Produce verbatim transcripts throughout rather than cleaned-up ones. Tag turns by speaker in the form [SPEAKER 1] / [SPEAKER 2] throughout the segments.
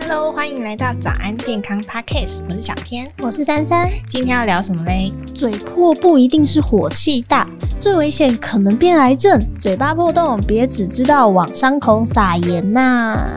[SPEAKER 1] Hello， 欢迎来到早安健康 Podcast， 我是小天，
[SPEAKER 2] 我是珊珊。
[SPEAKER 1] 今天要聊什么嘞？
[SPEAKER 2] 嘴破不一定是火气大，最危险可能变癌症。嘴巴破洞，别只知道往伤口撒盐呐。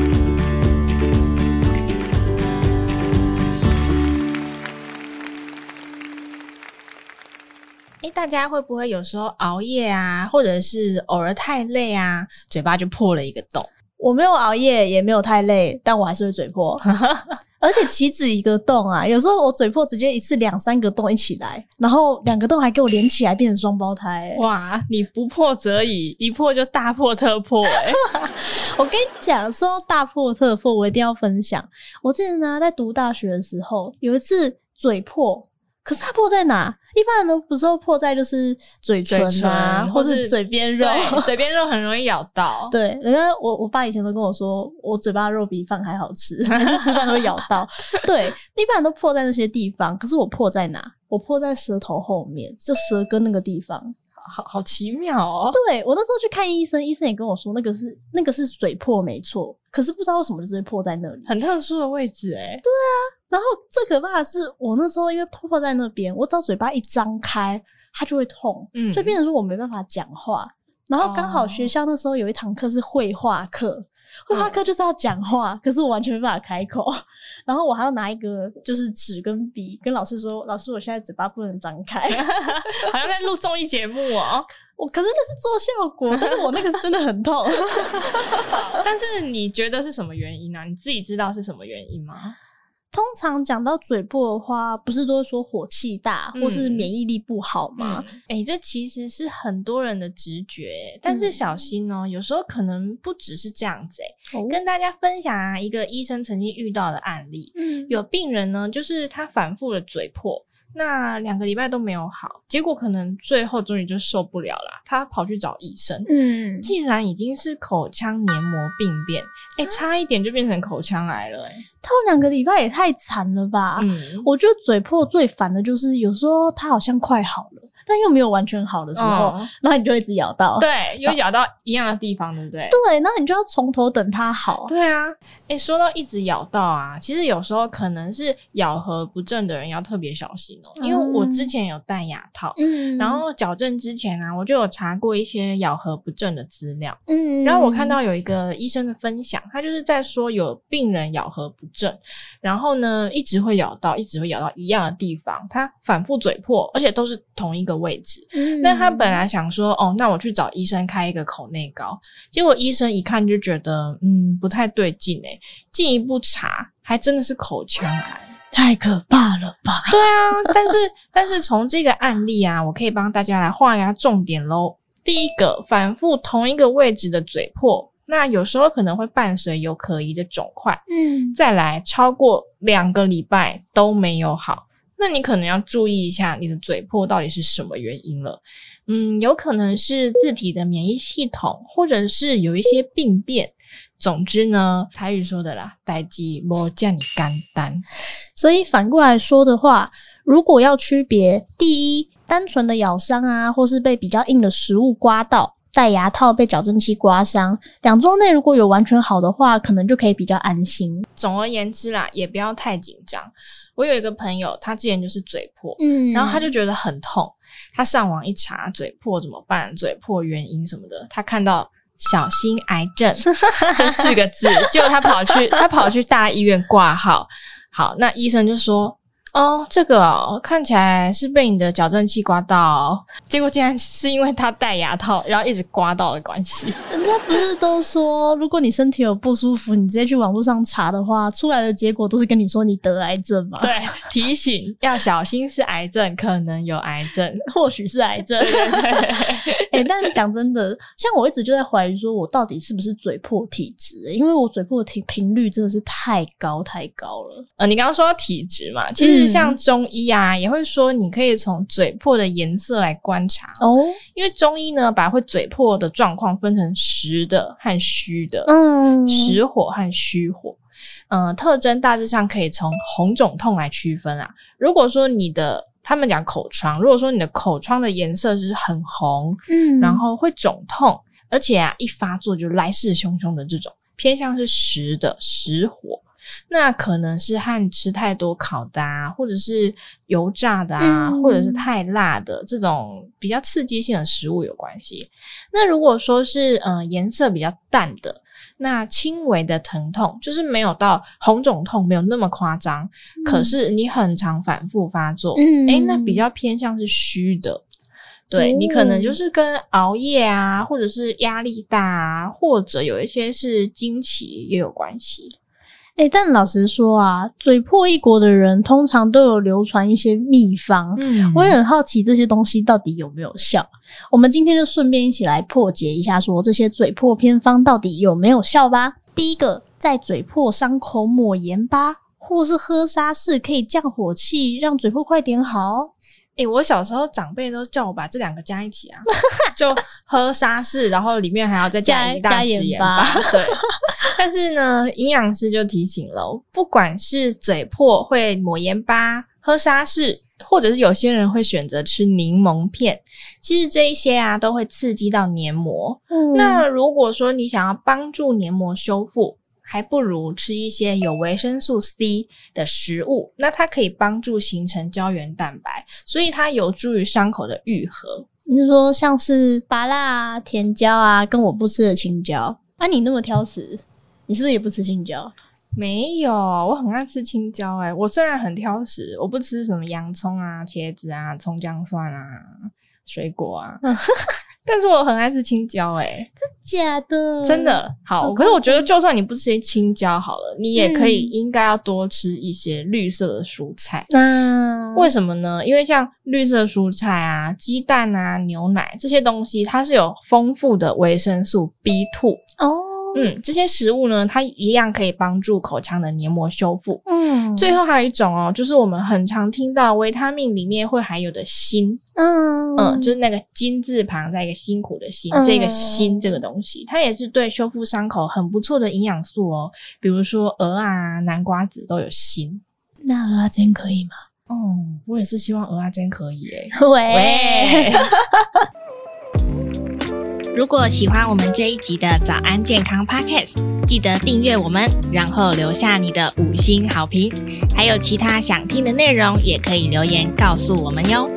[SPEAKER 1] 诶，大家会不会有时候熬夜啊，或者是偶尔太累啊，嘴巴就破了一个洞？
[SPEAKER 2] 我没有熬夜，也没有太累，但我还是会嘴破。而且岂止一个洞啊，有时候我嘴破直接一次两三个洞一起来，然后两个洞还给我连起来变成双胞胎、欸、
[SPEAKER 1] 哇，你不破则已，一破就大破特破欸
[SPEAKER 2] 我跟你讲，说到大破特破，我一定要分享。我之前呢在读大学的时候，有一次嘴破，可是它破在哪？一般人都不是都破在就是嘴唇啊，或是嘴边肉，
[SPEAKER 1] 对，嘴边肉很容易咬到。
[SPEAKER 2] 对，人家我我爸以前都跟我说，我嘴巴的肉比饭还好吃，每次吃饭都会咬到。对，一般人都破在那些地方，可是我破在哪？我破在舌头后面，就舌根那个地方。
[SPEAKER 1] 好好奇妙哦！
[SPEAKER 2] 对，我那时候去看医生，医生也跟我说那个是那个是嘴破没错，可是不知道为什么就是会破在那里，
[SPEAKER 1] 很特殊的位置哎。
[SPEAKER 2] 对啊，然后最可怕的是我那时候因为破在那边，我只要嘴巴一张开，它就会痛，嗯，所以变成说我没办法讲话。然后刚好学校那时候有一堂课是绘画课。绘画课就是要讲话、嗯、可是我完全没办法开口，然后我还要拿一个就是纸跟笔跟老师说，老师我现在嘴巴不能张开
[SPEAKER 1] 好像在录综艺节目哦。
[SPEAKER 2] 我可是那是做效果，但是我那个是真的很痛
[SPEAKER 1] 但是你觉得是什么原因啊？你自己知道是什么原因吗？
[SPEAKER 2] 通常讲到嘴破的话，不是都会说火气大、嗯、或是免疫力不好吗？
[SPEAKER 1] 哎、嗯欸，这其实是很多人的直觉，但是小心哦、嗯，有时候可能不只是这样子哎、哦。跟大家分享啊，一个医生曾经遇到的案例，嗯，有病人呢，就是他反复的嘴破。那两个礼拜都没有好，结果可能最后终于就受不了了，他跑去找医生，嗯，竟然已经是口腔黏膜病变，哎、欸，差一点就变成口腔癌了、欸，哎，
[SPEAKER 2] 痛两个礼拜也太惨了吧？嗯，我觉得嘴破最烦的就是有时候他好像快好了，但又没有完全好的时候，嗯、然后你就会一直咬到，
[SPEAKER 1] 对，又咬到一样的地方，对不对？
[SPEAKER 2] 对，然后你就要从头等它好。
[SPEAKER 1] 对啊，哎、欸，说到一直咬到啊，其实有时候可能是咬合不正的人要特别小心哦、喔，因为我之前有戴牙套，嗯，然后矫正之前啊，我就有查过一些咬合不正的资料，嗯，然后我看到有一个医生的分享，他就是在说有病人咬合不正，然后呢一直会咬到，一直会咬到一样的地方，他反复嘴破，而且都是同一个位置。嗯，那他本来想说，哦，那我去找医生开一个口内膏，结果医生一看就觉得，嗯，不太对劲诶，进一步查，还真的是口腔癌。
[SPEAKER 2] 太可怕了吧？
[SPEAKER 1] 对啊，但是但是从这个案例啊，我可以帮大家来画一下重点咯。第一个，反复同一个位置的嘴破，那有时候可能会伴随有可疑的肿块，嗯，再来超过两个礼拜都没有好，那你可能要注意一下你的嘴破到底是什么原因了。嗯，有可能是自体的免疫系统，或者是有一些病变。总之呢，台语说的啦，代志没这么简单。
[SPEAKER 2] 所以反过来说的话，如果要区别，第一，单纯的咬伤啊，或是被比较硬的食物刮到，戴牙套被矫正器刮伤，两周内如果有完全好的话，可能就可以比较安心。
[SPEAKER 1] 总而言之啦，也不要太紧张。我有一个朋友，他之前就是嘴破，嗯，然后他就觉得很痛，他上网一查嘴破怎么办，嘴破原因什么的，他看到小心癌症这四个字，结果他跑去他跑去大医院挂号。好，那医生就说，哦，这个哦，看起来是被你的矫正器刮到哦，结果竟然是因为他戴牙套，然后一直刮到的关系。
[SPEAKER 2] 人家不是都说，如果你身体有不舒服，你直接去网络上查的话，出来的结果都是跟你说你得癌症吗？
[SPEAKER 1] 对，提醒要小心是癌症，可能有癌症，
[SPEAKER 2] 或许是癌症。对对对。欸，但讲真的，像我一直就在怀疑说我到底是不是嘴破体质，欸，因为我嘴破的频率真的是太高太高了。
[SPEAKER 1] 呃，你刚刚说到体质嘛，其实像中医啊，嗯，也会说你可以从嘴破的颜色来观察哦，因为中医呢把会嘴破的状况分成实的和虚的，嗯，实火和虚火。呃，特征大致上可以从红肿痛来区分啊。如果说你的他们讲口疮，如果说你的口疮的颜色是很红，嗯，然后会肿痛，而且啊一发作就来势汹汹的这种，偏向是实的实火， 那可能是和吃太多烤的啊，或者是油炸的啊、嗯、或者是太辣的这种比较刺激性的食物有关系。那如果说是呃颜色比较淡的，那轻微的疼痛，就是没有到红肿痛，没有那么夸张、嗯、可是你很常反复发作，嗯，诶那比较偏向是虚的。对、哦、你可能就是跟熬夜啊，或者是压力大啊，或者有一些是经期也有关系。
[SPEAKER 2] 诶、欸、但老实说啊，嘴破异国的人通常都有流传一些秘方，嗯，我也很好奇这些东西到底有没有效。我们今天就顺便一起来破解一下，说这些嘴破偏方到底有没有效吧。第一个，在嘴破伤口抹盐巴，或是喝沙士可以降火气，让嘴破快点好。
[SPEAKER 1] 诶、欸、我小时候长辈都叫我把这两个加一起啊，就喝沙士，然后里面还要再加一大匙盐巴。对，但是呢，营养师就提醒了，不管是嘴破会抹盐巴、喝沙士，或者是有些人会选择吃柠檬片，其实这一些啊都会刺激到黏膜。嗯，那如果说你想要帮助黏膜修复，还不如吃一些有维生素 C 的食物，那它可以帮助形成胶原蛋白，所以它有助于伤口的愈合。
[SPEAKER 2] 你是说像是芭乐啊、甜椒啊，跟我不吃的青椒啊？你那么挑食，你是不是也不吃青椒？
[SPEAKER 1] 没有，我很爱吃青椒诶、欸、我虽然很挑食，我不吃什么洋葱啊、茄子啊、葱姜蒜啊、水果啊但是我很爱吃青椒诶、欸、
[SPEAKER 2] 真假的？
[SPEAKER 1] 真的好, 好可是我觉得就算你不吃青椒好了，你也可以应该要多吃一些绿色的蔬菜。嗯，为什么呢？因为像绿色蔬菜啊、鸡蛋啊、牛奶这些东西，它是有丰富的维生素 B 二 哦。嗯，这些食物呢，它一样可以帮助口腔的黏膜修复。嗯，最后还有一种哦，就是我们很常听到维他命里面会含有的锌。嗯嗯，就是那个金字旁在一个辛苦的辛、嗯、这个锌这个东西，它也是对修复伤口很不错的营养素哦。比如说鹅啊、南瓜子都有锌。
[SPEAKER 2] 那鹅啊煎可以吗？
[SPEAKER 1] 哦，我也是希望鹅啊煎可以诶。
[SPEAKER 2] 喂。喂
[SPEAKER 1] 如果喜欢我们这一集的早安健康 Podcast， 记得订阅我们，然后留下你的五星好评。还有其他想听的内容，也可以留言告诉我们哟。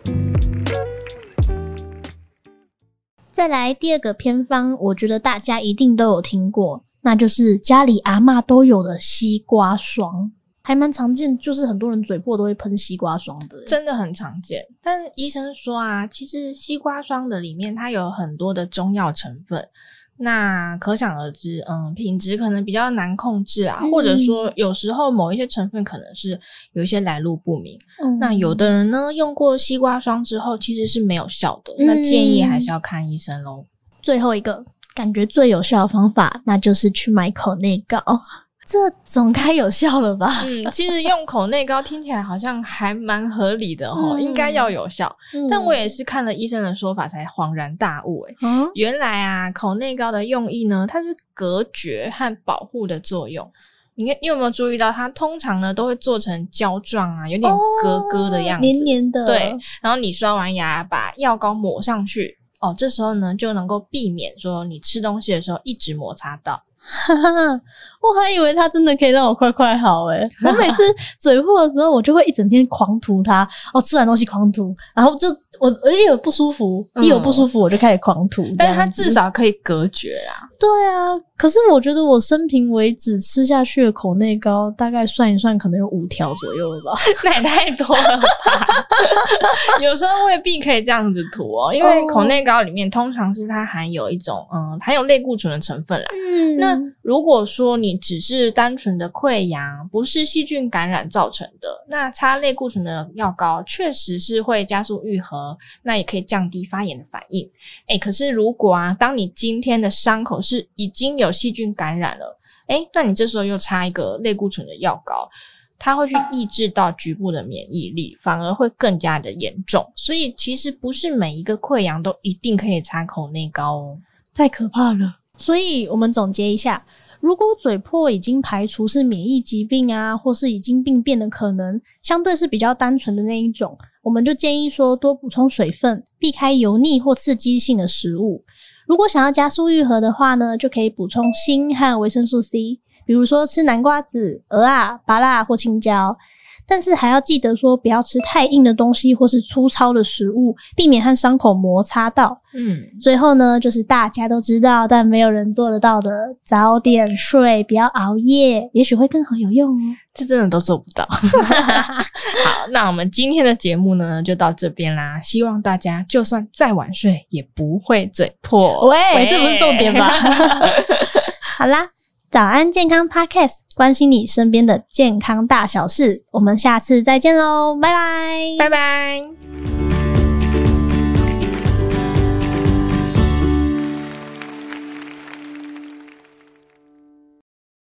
[SPEAKER 2] 再来第二个偏方，我觉得大家一定都有听过，那就是家里阿嬷都有的西瓜霜。还蛮常见，就是很多人嘴破都会喷西瓜霜的，
[SPEAKER 1] 真的很常见。但医生说啊，其实西瓜霜的里面它有很多的中药成分，那可想而知，嗯，品质可能比较难控制啊，嗯、或者说有时候某一些成分可能是有一些来路不明。嗯、那有的人呢，用过西瓜霜之后其实是没有效的，嗯、那建议还是要看医生咯。
[SPEAKER 2] 最后一个感觉最有效的方法，那就是去买口内膏。这总该有效了吧？
[SPEAKER 1] 嗯，其实用口内膏听起来好像还蛮合理的齁、嗯、应该要有效、嗯、但我也是看了医生的说法才恍然大悟诶、嗯、原来啊口内膏的用意呢，它是隔绝和保护的作用。你你有没有注意到它通常呢都会做成胶状啊，有点咯咯的样子、哦、
[SPEAKER 2] 黏黏的。
[SPEAKER 1] 对，然后你刷完牙把药膏抹上去哦，这时候呢就能够避免说你吃东西的时候一直摩擦到。
[SPEAKER 2] 哈哈，我还以为它真的可以让我快快好诶、欸、我每次嘴破的时候我就会一整天狂涂它，哦，吃完东西狂涂，然后就我一有不舒服、嗯、一有不舒服我就开始狂涂，
[SPEAKER 1] 但它至少可以隔绝啊。
[SPEAKER 2] 对啊，可是我觉得我生平为止吃下去的口内膏大概算一算可能有五条左右了吧。
[SPEAKER 1] 那也太多了吧有时候未必可以这样子涂哦，因为口内膏里面通常是它含有一种嗯含有类固醇的成分啦。嗯，那如果说你只是单纯的溃疡，不是细菌感染造成的，那擦类固醇的药膏确实是会加速愈合，那也可以降低发炎的反应。诶，可是如果啊当你今天的伤口是已经有细菌感染了，诶，那你这时候又擦一个类固醇的药膏，它会去抑制到局部的免疫力，反而会更加的严重。所以其实不是每一个溃疡都一定可以擦口内膏哦，
[SPEAKER 2] 太可怕了。所以我们总结一下，如果嘴破已经排除是免疫疾病啊，或是已经病变的可能，相对是比较单纯的那一种，我们就建议说多补充水分，避开油腻或刺激性的食物。如果想要加速愈合的话呢，就可以补充锌和维生素 C， 比如说吃南瓜子、蚵仔、芭乐或青椒。但是还要记得说不要吃太硬的东西或是粗糙的食物，避免和伤口摩擦到。嗯，最后呢，就是大家都知道但没有人做得到的，早点睡，不要熬夜，也许会更好有用哦。
[SPEAKER 1] 这真的都做不到。好，那我们今天的节目呢就到这边啦，希望大家就算再晚睡也不会嘴破。
[SPEAKER 2] 喂，喂这不是重点吧？好啦，早安健康 Podcast， 关心你身边的健康大小事，我们下次再见咯，拜拜，
[SPEAKER 1] 拜拜。